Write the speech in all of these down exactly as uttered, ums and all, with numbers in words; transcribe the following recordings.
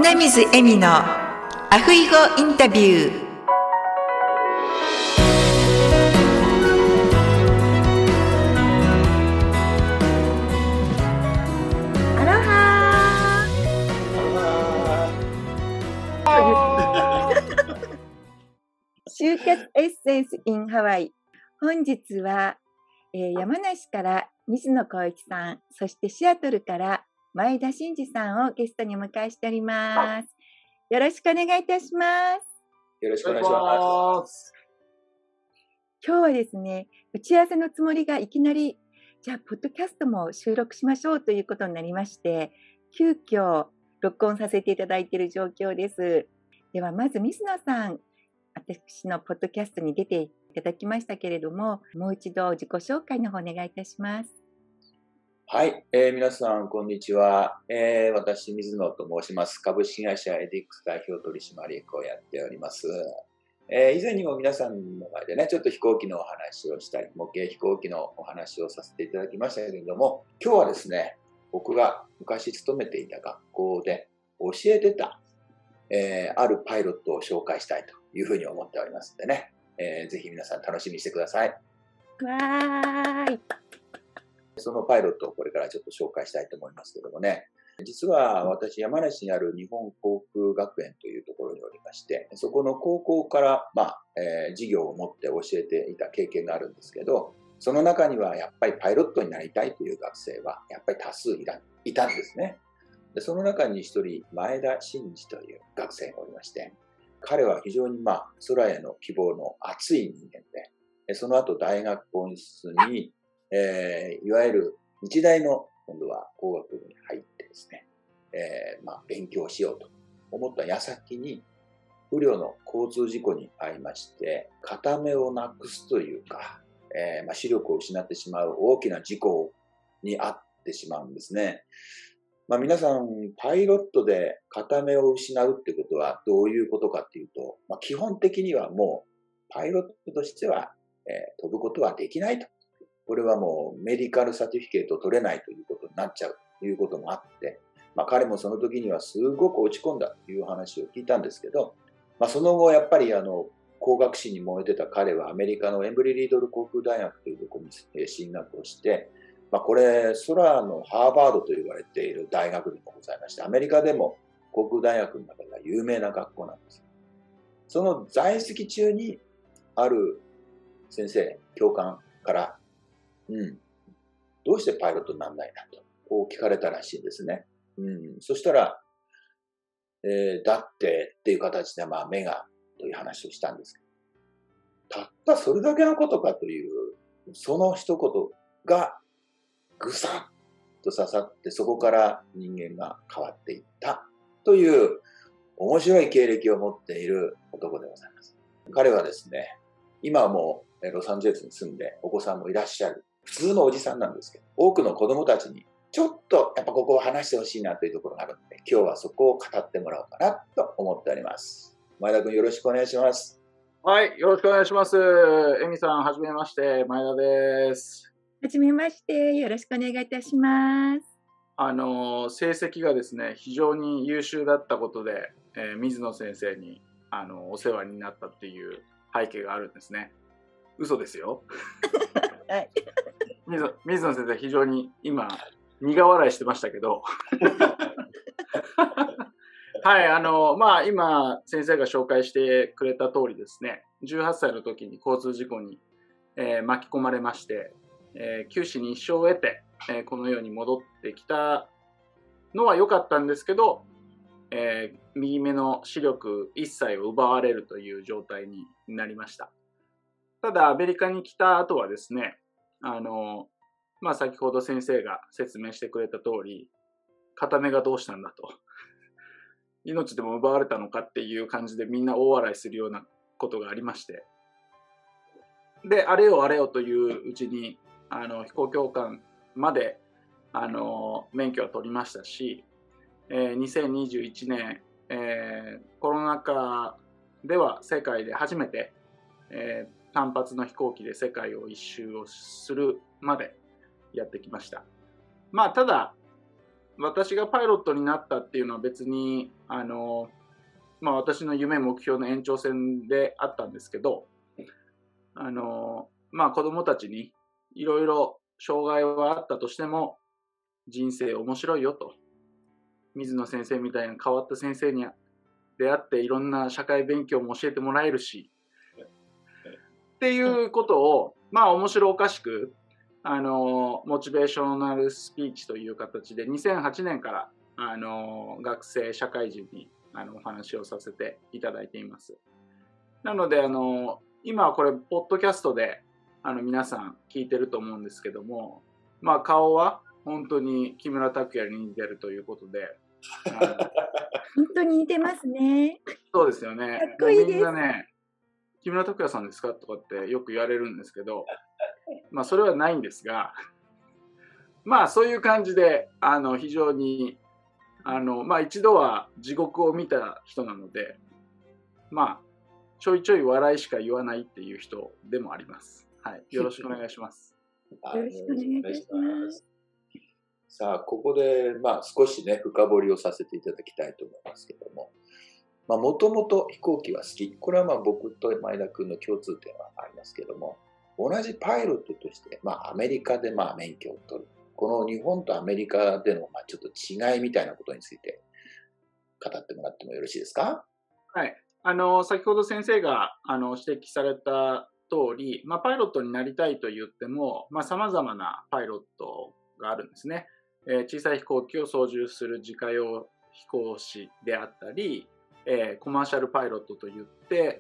米水恵美のアフイゴインタビュー。アロハー就活エッセンス in ハワイ。本日は、えー、山梨から水野浩一さん、そしてシアトルから前田真二さんをゲストにお迎えしております。よろしくお願いいたします。 よろしくお願いします。 今日はですね、打ち合わせのつもりがいきなり、じゃあ、ポッドキャストも収録しましょうということになりまして、急遽録音させていただいている状況です。では、まず水野さん、私のポッドキャストに出ていただきましたけれども、もう一度自己紹介の方お願いいたします。 はい、えー、皆さんこんにちは、えー、私水野と申します。株式会社エディックス代表取締役をやっております。えー、以前にも皆さんの前でねちょっと飛行機のお話をしたり模型飛行機のお話をさせていただきましたけれども、今日はですね、僕が昔勤めていた学校で教えてた、えー、あるパイロットを紹介したいというふうに思っておりますのでね、えー、ぜひ皆さん楽しみにしてください。 わーい。 そのパイロットをこれからちょっと紹介したいと思いますけどもね、実は私山梨にある日本航空学園というところにおりまして、そこの高校から、まあえー、授業を持って教えていた経験があるんですけど、その中にはやっぱりパイロットになりたいという学生はやっぱり多数いた、いたんですね。でその中に一人前田真二という学生がおりまして、彼は非常に、まあ、空への希望の熱い人間で、その後大学本室にえー、いわゆる日大の今度は工学部に入ってですね、えーまあ、勉強しようと思った矢先に不慮の交通事故に遭いまして、片目をなくすというか、えーまあ、視力を失ってしまう大きな事故に遭ってしまうんですね。まあ、皆さんパイロットで片目を失うってことはどういうことかっていうと、まあ、基本的にはもうパイロットとしては、えー、飛ぶことはできないと。これはもうメディカルサティフィケートを取れないということになっちゃうということもあって、まあ、彼もその時にはすごく落ち込んだという話を聞いたんですけど、まあ、その後やっぱりあの工学士に燃えてた彼はアメリカのエンブリリードル航空大学というところに進学をして、まあ、これ空のハーバードと言われている大学でもございまして、アメリカでも航空大学の中では有名な学校なんです。その在籍中にある先生教官からうん、どうしてパイロットにならないなとこう聞かれたらしいんですね。うん、そしたら、えー、だってっていう形で、まあ、目がという話をしたんですけど、たったそれだけのことかというその一言がぐさっと刺さって、そこから人間が変わっていったという面白い経歴を持っている男でございます。彼はですね、今はもうロサンゼルスに住んでお子さんもいらっしゃる普通のおじさんなんですけど、多くの子供たちにちょっとやっぱここを話してほしいなというところがあるので、今日はそこを語ってもらおうかなと思っております。前田君よろしくお願いします。 はい、よろしくお願いします。エミさん、はじめまして、前田です。 はじめまして、よろしくお願いいたします。 あの成績がですね、非常に優秀だったことで、えー、水野先生にあのお世話になったっていう背景があるんですね。嘘ですよ。 はい、 水, 水野先生、非常に今苦笑いしてましたけどはい、あのまあ今先生が紹介してくれた通りですね、じゅうはっさいの時に交通事故に、えー、巻き込まれまして、えー、九死に一生を得て、えー、この世に戻ってきたのは良かったんですけど、えー、右目の視力一切を奪われるという状態になりました。ただアメリカに来た後はですね、あのまあ、先ほど先生が説明してくれた通り、片目がどうしたんだと、命でも奪われたのかっていう感じでみんな大笑いするようなことがありまして、であれよあれよといううちにあの飛行教官まであの免許は取りましたし、えー、にせんにじゅういちねん、えー、コロナ禍では世界で初めて、えー単発の飛行機で世界を一周をするまでやってきました。まあただ、 私がパイロットになったっていうのは別に、あの、まあ私の夢目標の延長線であったんですけど、あの、まあ子供たちにいろいろ障害はあったとしても、人生面白いよと。水野先生みたいな変わった先生に出会っていろんな社会勉強も教えてもらえるし、っていうことを、まあ面白おかしく、あの、モチベーショナルスピーチという形でにせんはちねんから、あの、学生、社会人にあのお話をさせていただいています。なので、あの、今はこれ、ポッドキャストであの皆さん聞いてると思うんですけども、まあ顔は本当に木村拓哉に似てるということで、あの本当に似てますね。 そうですよね。 かっこいいです。 もうみんなね、木村拓哉さんですかとかってよく言われるんですけど、まあそれはないんですが、まあそういう感じで、あの非常に、あの、まあ一度は地獄を見た人なので、まあちょいちょい笑いしか言わないっていう人でもあります。はい。よろしくお願いします。 よろしくお願いいたします。 さあ、ここで、まあ少しね、深掘りをさせていただきたいと思いますけども、まあもともと飛行機は好き。これはまあ僕と前田君の共通点はありますけども、同じパイロットとして、まあアメリカでまあ免許を取る。この日本とアメリカでのまあちょっと違いみたいなことについて語ってもらってもよろしいですか？ はい。あの、先ほど先生があの指摘された通り、まあ、パイロットになりたいと言っても、まあ、様々なパイロットがあるんですね。えー、小さい飛行機を操縦する自家用飛行士であったり、えー、コマーシャルパイロットといって、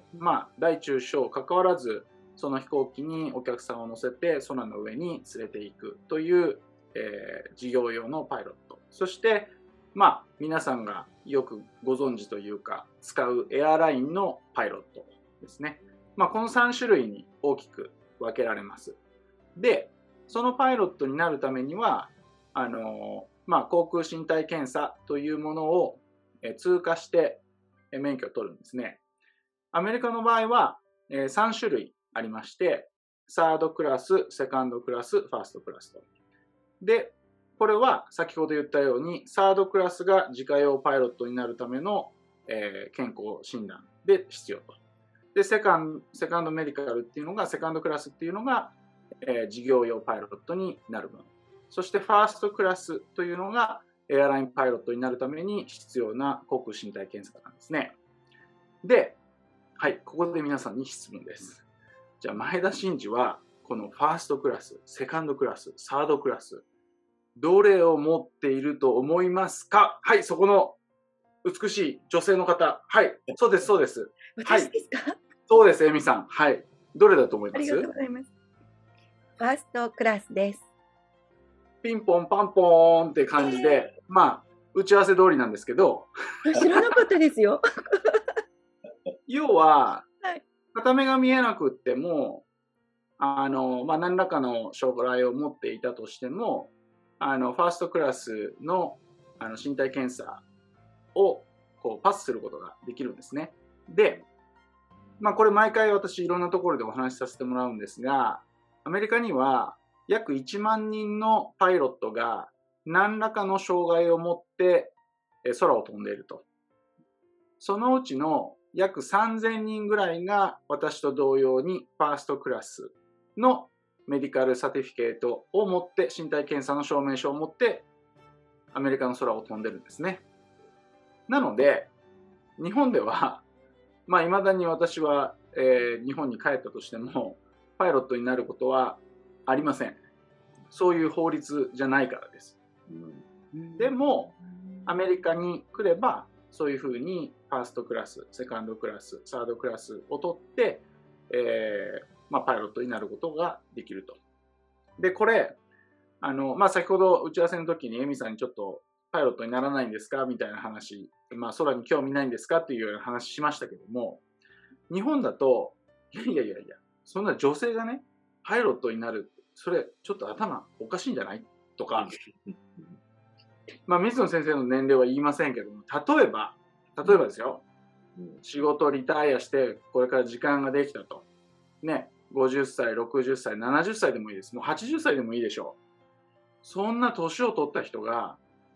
まあ、大中小関わらず、その飛行機にお客さんを乗せて空の上に連れていくという、えー、事業用のパイロット。そして、まあ、皆さんがよくご存知というか、使うエアラインのパイロットですね。まあ、このさん種類に大きく分けられます。で、そのパイロットになるためには、あのまあ、航空身体検査というものを通過して免許を取るんですね。アメリカの場合はさん種類ありまして、サードクラス、セカンドクラス、ファーストクラスと。で、これは先ほど言ったように、サードクラスが自家用パイロットになるための、えー、健康診断で必要と。で、セカンド、セカンドメディカルっていうのが、セカンドクラスっていうのが、えー、事業用パイロットになるもの。そしてファーストクラスというのが、エアラインパイロットになるために必要な航空身体検査なんですね。で、はい、ここで皆さんに質問です。じゃあ、前田真司は、このファーストクラス、セカンドクラス、サードクラス、どれを持っていると思いますか？はい、そこの美しい女性の方。はい、そうです、そうです。 私ですか？はい、 そうです、エミさん。はい。どれだと思います？ ありがとうございます。ファーストクラスです。 ピンポンパンポーンって感じで、えー、まあ、打ち合わせ通りなんですけど。 知らなかったですよ。 要は、片目が見えなくっても、あの、まあ、何らかの障害を持っていたとしても、あの、ファーストクラスの、あの身体検査をこうパスすることができるんですね。で、まあ、これ毎回私いろんなところでお話しさせてもらうんですが、アメリカには約いちまんにんのパイロットが何らかの障害を持って空を飛んでいると。そのうちの約さんぜんにんぐらいが私と同様にファーストクラスのメディカルサティフィケートを持って、身体検査の証明書を持ってアメリカの空を飛んでるんですね。なので、日本では、まあ、未だに私は、えー、日本に帰ったとしても、パイロットになることはありません。そういう法律じゃないからです。うん、でも、アメリカに来れば、そういうふうにファーストクラス、セカンドクラス、サードクラスを取って、えーまあ、パイロットになることができると。で、これ、あの、まあ、先ほど打ち合わせの時にエミさんにちょっとパイロットにならないんですかみたいな話、まあ、空に興味ないんですかっていうような話しましたけども、日本だと、いやいやいやいや、そんな女性がね、パイロットになる、それちょっと頭おかしいんじゃないとか、まあ、水野先生の年齢は言いませんけども、例えば、例えばですよ、仕事リタイアして、これから時間ができたと。ね、ごじゅっさい、ろくじゅっさい、ななじゅっさいでもいいです。もうはちじゅっさいでもいいでしょう。そんな年を取った人が、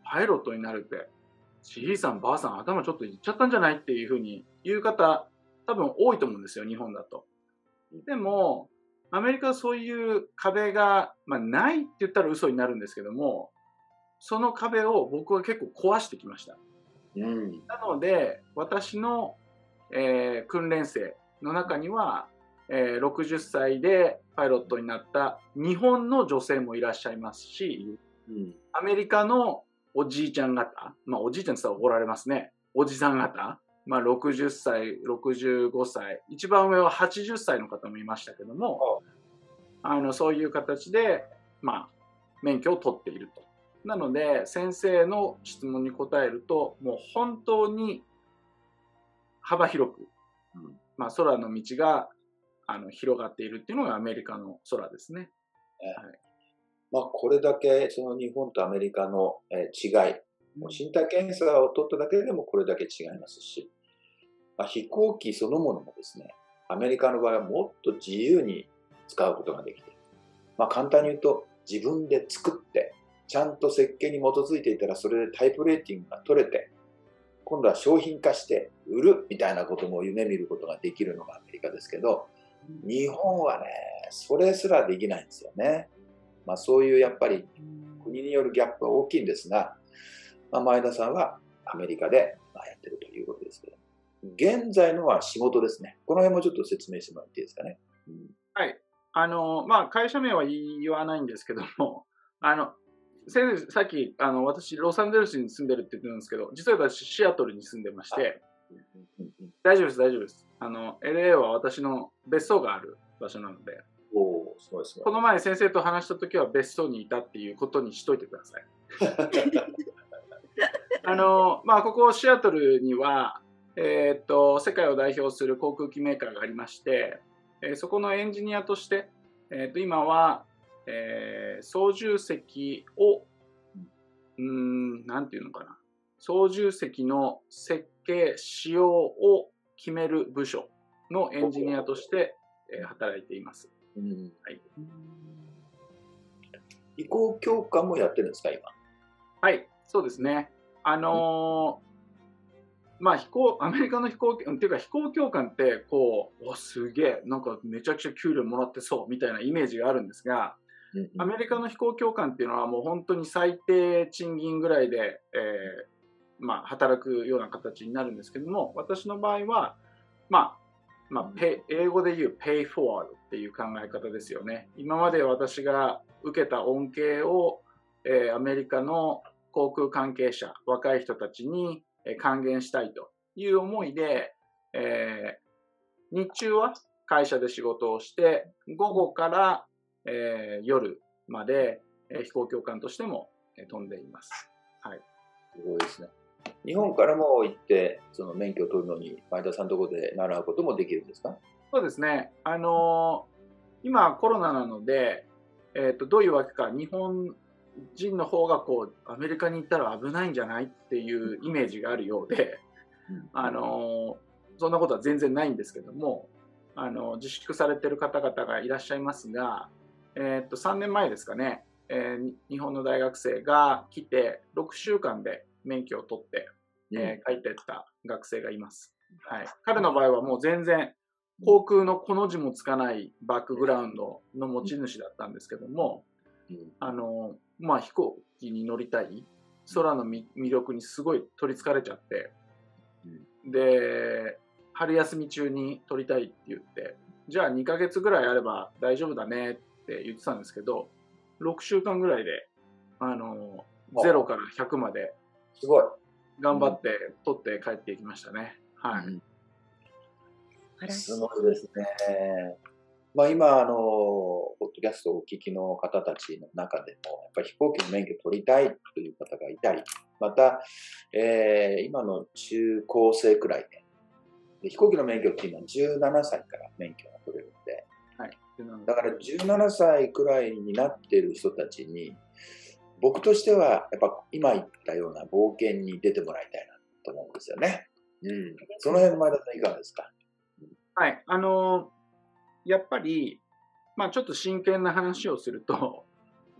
パイロットになるって、じいさんばあさん頭ちょっといっちゃったんじゃないっていうふうに言う方、多分多いと思うんですよ、日本だと。でも、アメリカはそういう壁が、まあ、ないって言ったら嘘になるんですけども、その壁を僕は結構壊してきました。 うん、 なので、私の、えー訓練生の中には、えーろくじゅっさいでパイロットになった日本の女性もいらっしゃいますし、 うん、 アメリカのおじいちゃん方、まあおじいちゃんって言ったら怒られますね。おじさん方、まあろくじゅっさい、ろくじゅうごさい、一番上ははちじゅっさいの方もいましたけども、あのそういう形で、まあ、免許を取っていると。なので、先生の質問に答えると、もう本当に幅広く、 うんまあ、空の道があの広がっているっていうのがアメリカの空ですね。 まあ、これだけその日本とアメリカのえー違い、もう身体検査を取っただけでもこれだけ違いますし、まあ、飛行機そのものもですね、アメリカの場合はもっと自由に使うことができている。まあ、簡単に言うと、自分で作って、ちゃんと設計に基づいていたら、それでタイプレーティングが取れて、今度は商品化して売るみたいなことも夢見ることができるのがアメリカですけど、日本はね、それすらできないんですよね。まあ、そういうやっぱり国によるギャップは大きいんですが、まあ、前田さんはアメリカでまあやってるということですけど、現在のは仕事ですね。この辺もちょっと説明してもらっていいですかね。うん、 はい。あの、まあ、会社名は言わないんですけども、あの、先生、さっき、あの、私、ロサンゼルスに住んでるって言ってるんですけど、実は私、シアトルに住んでまして、大丈夫です、大丈夫です。あの、エルエー は私の別荘がある場所なので、 おー、すごいすごい。 この前先生と話したときは別荘にいたっていうことにしといてください。あの、まあ、ここシアトルには、えーっと、世界を代表する航空機メーカーがありまして、えーそこのエンジニアとして、えーっと、今は、えー操縦席を、うーん、なんていうのかな。操縦席の設計、仕様を決める部署のエンジニアとして、えー働いています。 うんはい。 移行教官もやってるんですか、今。 はい、そうですね。あのーまあ飛行、アメリカの飛行、っていうか飛行教官って、こう、お、すげえ、なんかめちゃくちゃ給料もらってそうみたいなイメージがあるんですが、 うんうんアメリカの飛行教官っていうのはもう本当に最低賃金ぐらいで、えーまあ、働くような形になるんですけども、私の場合は、まあ、まあ、ペイ英語で言う pay forward っていう考え方ですよね。今まで私が受けた恩恵を、えーアメリカの航空関係者、若い人たちにえー還元したいという思いで、えー日中は会社で仕事をして、午後から、えー夜まで、えー飛行教官としても、えー飛んでいます。はい。 すごいですね。日本からも行って、その免許を取るのに、前田さんのところで習うこともできるんですか？ そうですね。あのー今コロナなので、えーと、どういうわけか、日本人の方がこう、アメリカに行ったら危ないんじゃないっていうイメージがあるようで、あのーそんなことは全然ないんですけども、あのー自粛されてる方々がいらっしゃいますが、えーと、さんねんまえですかね、えー日本の大学生が来て、ろくしゅうかんで免許を取って、えー帰ってった学生がいます。はい。彼の場合はもう全然、航空のこの字もつかないバックグラウンドの持ち主だったんですけども、 うんあの、まあ、飛行機に乗りたい、空の魅力にすごい取りつかれちゃって、で、春休み中に撮りたいって言って、じゃあにかげつぐらいあれば大丈夫だねって言ってたんですけど、ろくしゅうかんぐらいで、あの、ゼロからひゃくまですごい。 頑張って撮って帰っていきましたね。はい。 うんあらすごいですね。まあ、今、あの、ポッドキャストをお聞きの方たちの中でも、やっぱり飛行機の免許を取りたいという方がいたり、また、えー今の中高生くらいで、で飛行機の免許っていうのはじゅうななさいから免許が取れるので、 はい。 だからじゅうななさいくらいになっている人たちに、僕としては、やっぱ今言ったような冒険に出てもらいたいなと思うんですよね。うん。その辺、前田さんいかがですか？ はい。あの、やっぱり、まあちょっと真剣な話をすると、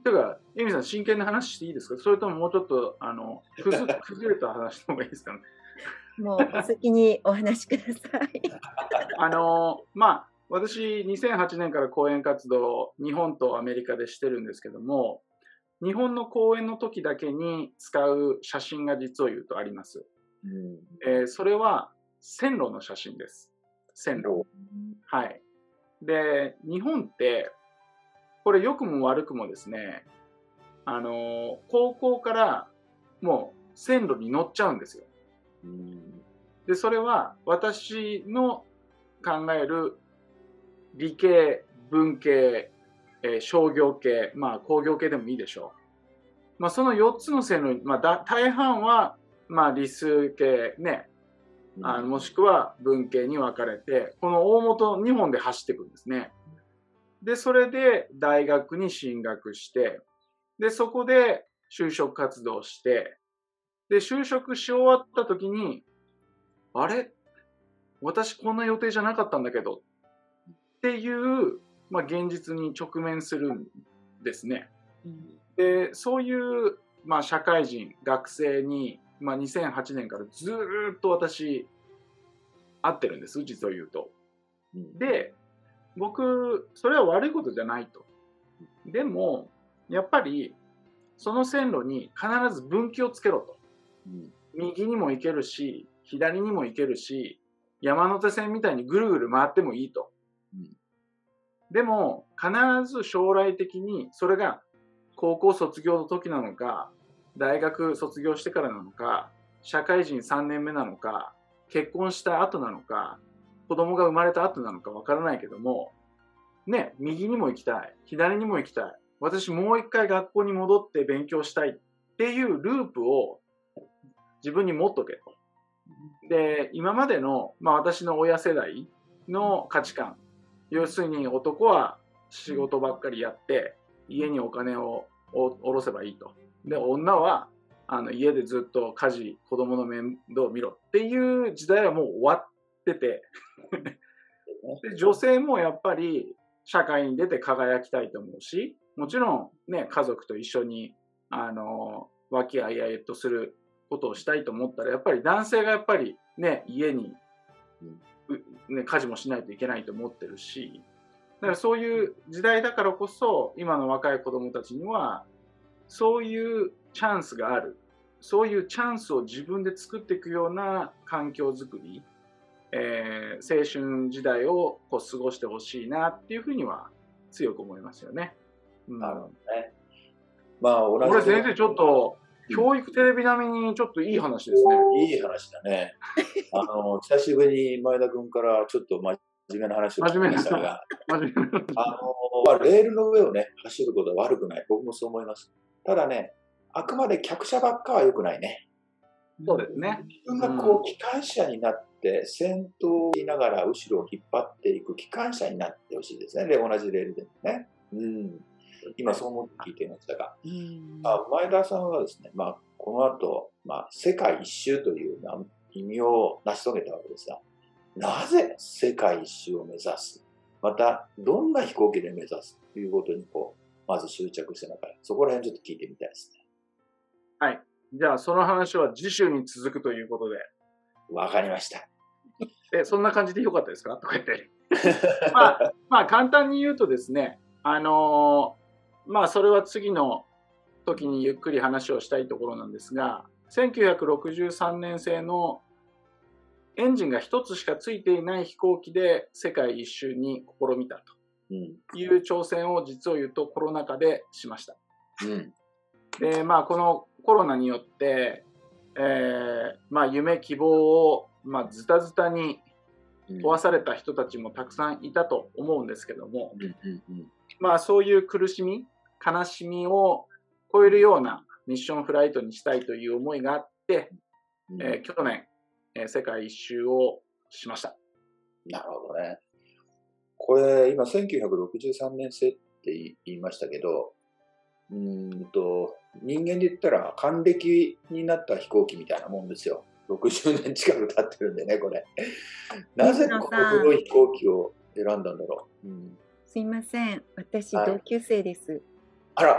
てか、エミさん、真剣な話していいですか？それとももうちょっと、あの、くず崩れた話した方がいいですかね？ もうお先にお話しください。 あの、まあ、私、にせんはちねんから講演活動を日本とアメリカでしてるんですけども、日本の講演の時だけに使う写真が実を言うとあります。 うんえーそれは線路の写真です。線路。はい。で、日本って、これ良くも悪くもですね、あのー高校からもう線路に乗っちゃうんですよ。 うんで、それは私の考える理系、文系、えー商業系、まあ工業系でもいいでしょう。まあそのよっつの線路、まあだ大半は、まあ理数系ね、あのもしくは文系に分かれて、この大元にほんで走っていくんですね。で、それで大学に進学して、で、そこで就職活動して、で、就職し終わった時に、あれ私こんな予定じゃなかったんだけどっていう、まあ、現実に直面するんですね。で、そういう、まあ、社会人、学生に、まあ、にせんはちねんからずーっと私、会ってるんです、実を言うと。で、僕、それは悪いことじゃないと。でも、やっぱり、その線路に必ず分岐をつけろと。右にも行けるし、左にも行けるし、山手線みたいにぐるぐる回ってもいいと。でも、必ず将来的に、それが高校卒業の時なのか、大学卒業してからなのか、社会人さんねんめなのか、結婚した後なのか、子供が生まれた後なのかわからないけども、ね、右にも行きたい、左にも行きたい、私もう一回学校に戻って勉強したいっていうループを自分に持っとけと。で、今までの、まあ私の親世代の価値観、要するに男は仕事ばっかりやって家にお金を下ろせばいいと。で、女はあの家でずっと家事、子供の面倒を見ろっていう時代はもう終わっててで、女性もやっぱり社会に出て輝きたいと思うし、もちろんね、家族と一緒にあの和気あいあいとすることをしたいと思ったら、やっぱり男性がやっぱりね、家に、ね、家事もしないといけないと思ってるし、だからそういう時代だからこそ、今の若い子供たちには、そういうチャンスがある。そういうチャンスを自分で作っていくような環境づくり、えー、青春時代をこう過ごしてほしいなっていうふうには強く思いますよね。 うん、なるほどね。まあ、同じ。 これ先生ちょっと、教育テレビ並みにちょっといい話ですね。 いい話だね。あの、久しぶりに前田君からちょっと真面目な話を聞きましたが、 真面目なあの、レールの上をね、走ることは悪くない。僕もそう思います。ただね、あくまで客車ばっかは良くないね。 そうですね。 自分がこう、機関車になって、先頭をしながら後ろを引っ張っていく機関車になってほしいですね。で、同じレールでもね。うん。今そう思って聞いていましたが、あ前田さんはですね、まあ、この後、まあ、世界一周という意味を成し遂げたわけですが、なぜ世界一周を目指す、またどんな飛行機で目指すということにこうまず執着してながら、そこら辺ちょっと聞いてみたいですね。 はい。じゃあその話は次週に続くということで。 わかりました。 え、そんな感じでよかったですかとか言って。まあ、まあ簡単に言うとですね、あのーまあそれは次の時にゆっくり話をしたいところなんですが、せんきゅうひゃくろくじゅうさんねん製のエンジンが一つしかついていない飛行機で世界一周に試みたという挑戦を実を言うとコロナ禍でしました。うん、で、まあこのコロナによって、えー、まあ夢希望をまあズタズタに壊された人たちもたくさんいたと思うんですけども、まあそういう苦しみ、悲しみを超えるようなミッションフライトにしたいという思いがあって、うんえー、去年、えー、世界一周をしました。 なるほどね。これ今せんきゅうひゃくろくじゅうさんねん製って言いましたけど、うーんと人間で言ったら還暦になった飛行機みたいなもんですよ。ろくじゅうねん近く経ってるんでね、これ。なぜこの古い飛行機を選んだんだろう。うん、 すいません、私、はい、同級生です。 あら、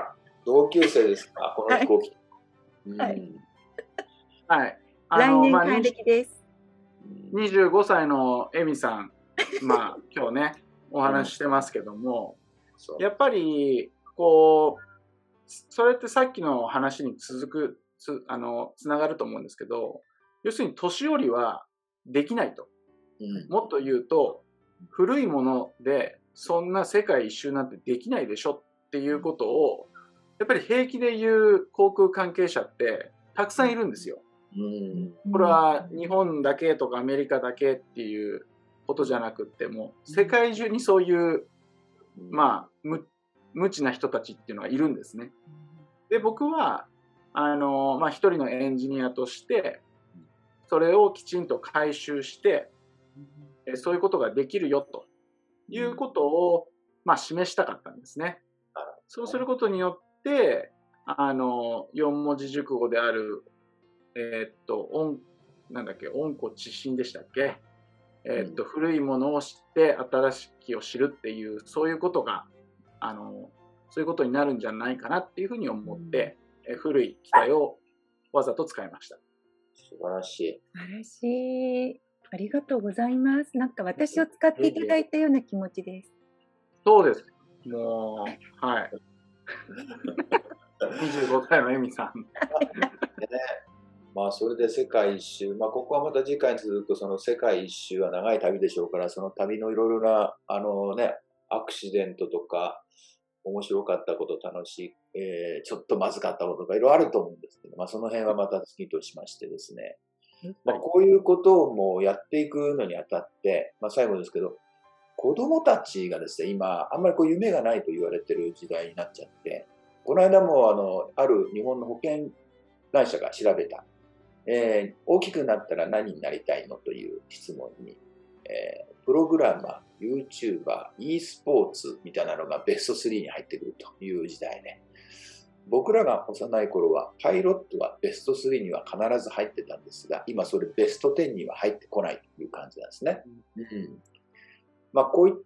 同級生ですか、この飛行機。 はい。 はい。 来年還暦です。 にじゅうごさいのエミさん、まあ今日ね、お話ししてますけども、うん、やっぱり、こう、それってさっきの話に続く、つ、あの、つながると思うんですけど、要するに年寄りはできないと。うん、もっと言うと、古いもので、そんな世界一周なんてできないでしょっていうことを、やっぱり平気で言う航空関係者ってたくさんいるんですよ。うん、これは日本だけとかアメリカだけっていうことじゃなくっても、世界中にそういう、まあ、無、無知な人たちっていうのがいるんですね。で、僕は、あの、まあ、一人のエンジニアとして、それをきちんと回収して、そういうことができるよということを、まあ、示したかったんですね。そうすることによって、あの、よん文字熟語である、えー、っと、音、なんだっけ、温故知新でしたっけ、えー、っと、うん、古いものを知って新しきを知るっていう、そういうことが、あの、そういうことになるんじゃないかなっていうふうに思って、うん、え古い機体をわざと使いました。 素晴らしい。 素晴らしい。ありがとうございます。なんか私を使っていただいたような気持ちです。 そうです。もう、はい。にじゅうごさいのエミさん。ね、 まあそれで世界一周、まあここはまた次回に続くその世界一周は長い旅でしょうから、その旅のいろいろな、あのね、アクシデントとか、面白かったこと、楽しい、えー、ちょっとまずかったこととかいろいろあると思うんですけど、まあその辺はまた次としましてですね、まあこういうことをもうやっていくのにあたって、まあ最後ですけど、子供たちがですね、今、あんまりこう夢がないと言われてる時代になっちゃって、この間もあの、ある日本の保険会社が調べた、えー、大きくなったら何になりたいのという質問に、えー、プログラマー、YouTuber、e スポーツみたいなのがベストスリーに入ってくるという時代で、僕らが幼い頃はパイロットはベストスリーには必ず入ってたんですが、今それベストテンには入ってこないという感じなんですね。うん、まあこういった、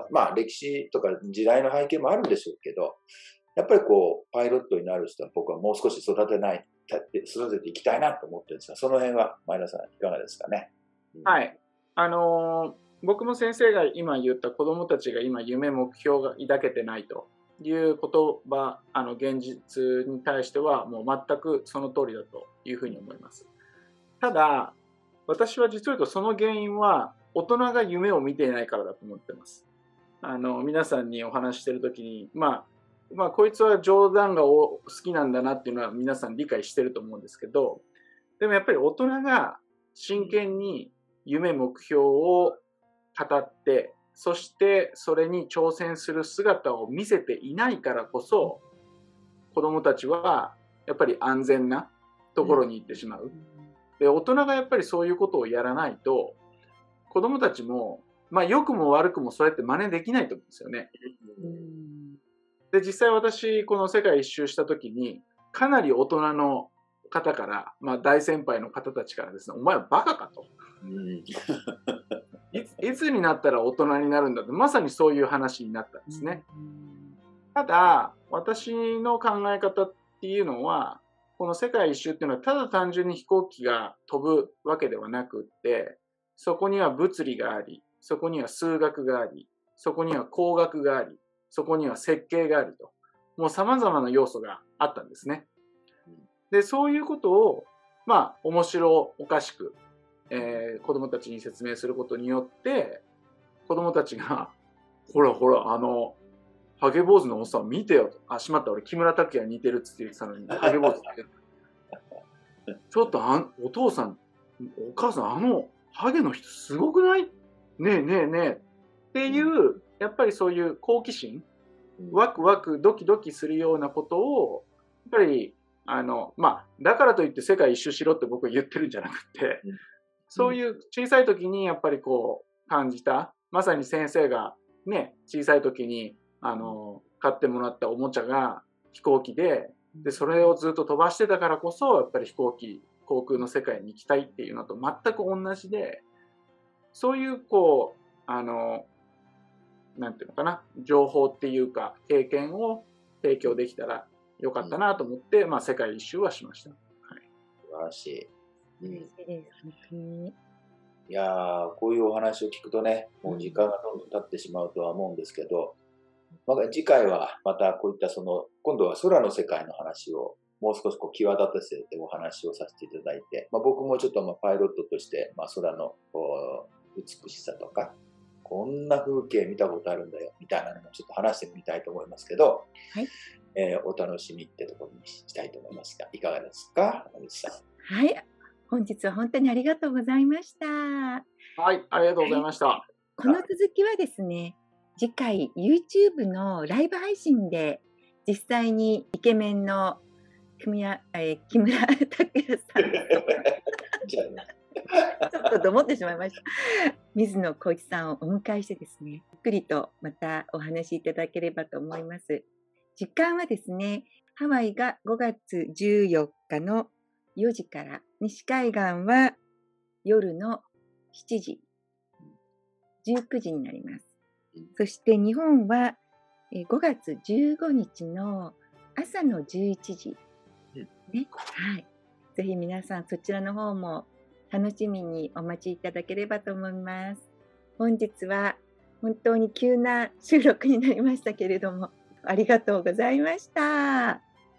まあ歴史とか時代の背景もあるんでしょうけど、やっぱりこう、パイロットになる人は僕はもう少し育てない、育てていきたいなと思ってるんですが、その辺は前田さんいかがですかね。 うん、はい。あのー、僕も先生が今言った子供たちが今夢目標が抱けてないという言葉、あの現実に対してはもう全くその通りだというふうに思います。ただ、私は実を言うとその原因は大人が夢を見ていないからだと思ってます。あの、皆さんにお話してるときに、まあ、まあ、こいつは冗談が好きなんだなっていうのは皆さん理解してると思うんですけど、でもやっぱり大人が真剣に夢目標を語って、そしてそれに挑戦する姿を見せていないからこそ、子供たちはやっぱり安全なところに行ってしまう。で、大人がやっぱりそういうことをやらないと、子供たちも、まあ良くも悪くもそうやって真似できないと思うんですよね。で、実際私、この世界一周した時に、かなり大人の方から、まあ大先輩の方たちからですね、お前はバカかと。いつ、いつになったら大人になるんだと、まさにそういう話になったんですね。ただ、私の考え方っていうのは、この世界一周っていうのはただ単純に飛行機が飛ぶわけではなくって、そこには物理があり、そこには数学があり、そこには工学があり、そこには設計がありと、もう様々な要素があったんですね。で、そういうことを、まあ、面白おかしく、えー、子供たちに説明することによって、子供たちが、ほらほら、あの、ハゲ坊主のおっさん見てよと。あ、しまった、俺木村拓哉似てるっつって言ってたのに、ハゲ坊主って。ちょっとあん、お父さん、お母さん、あの、ハゲの人すごくない？ねえねえねえ。っていう、やっぱりそういう好奇心、ワクワクドキドキするようなことを、やっぱり、あの、まあ、だからといって世界一周しろって僕は言ってるんじゃなくて、そういう小さい時にやっぱりこう感じた、まさに先生がね、小さい時に、あの、買ってもらったおもちゃが飛行機で、で、それをずっと飛ばしてたからこそ、やっぱり飛行機、航空の世界に行きたいっていうのと全く同じで、そういうこう、あの、なんていうのかな、情報っていうか、経験を提供できたらよかったなと思って、まあ、世界一周はしました。はい、 素晴らしい。 うん、嬉しいです、本当に。 いやー、こういうお話を聞くとね、もう時間がどんどん経ってしまうとは思うんですけど、まあ、次回はまたこういったその、今度は空の世界の話をもう少しこう際立たせてお話をさせていただいて、まあ、僕もちょっとまあパイロットとして、まあ、空のこう美しさとか、こんな風景見たことあるんだよみたいなのもちょっと話してみたいと思いますけど、 はい、 えー、お楽しみってところにしたいと思いますが、いかがですか、野口さん。 はい、本日は本当にありがとうございました。はい、ありがとうございました。はい、 この続きはですね、次回 YouTube のライブ配信で実際にイケメンの木村、えー、木村拓哉さんちょっとどもってしまいました。水野浩一さんをお迎えしてですね、ゆっくりとまたお話しいただければと思います。時間はですね、ハワイがごがつじゅうよっかのよじから、西海岸は夜のしちじ、じゅうくじになります。そして日本はごがつじゅうごにちの朝のじゅういちじ、ね、はい。ぜひ皆さんそちらの方も楽しみにお待ちいただければと思います。本日は本当に急な収録になりましたけれども、ありがとうございました。 はい、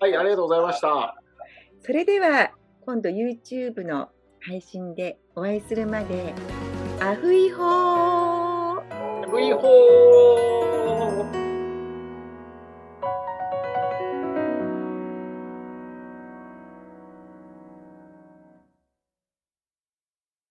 ありがとうございました。 それでは今度 YouTube の配信でお会いするまで、アフイホー。 アフイホー。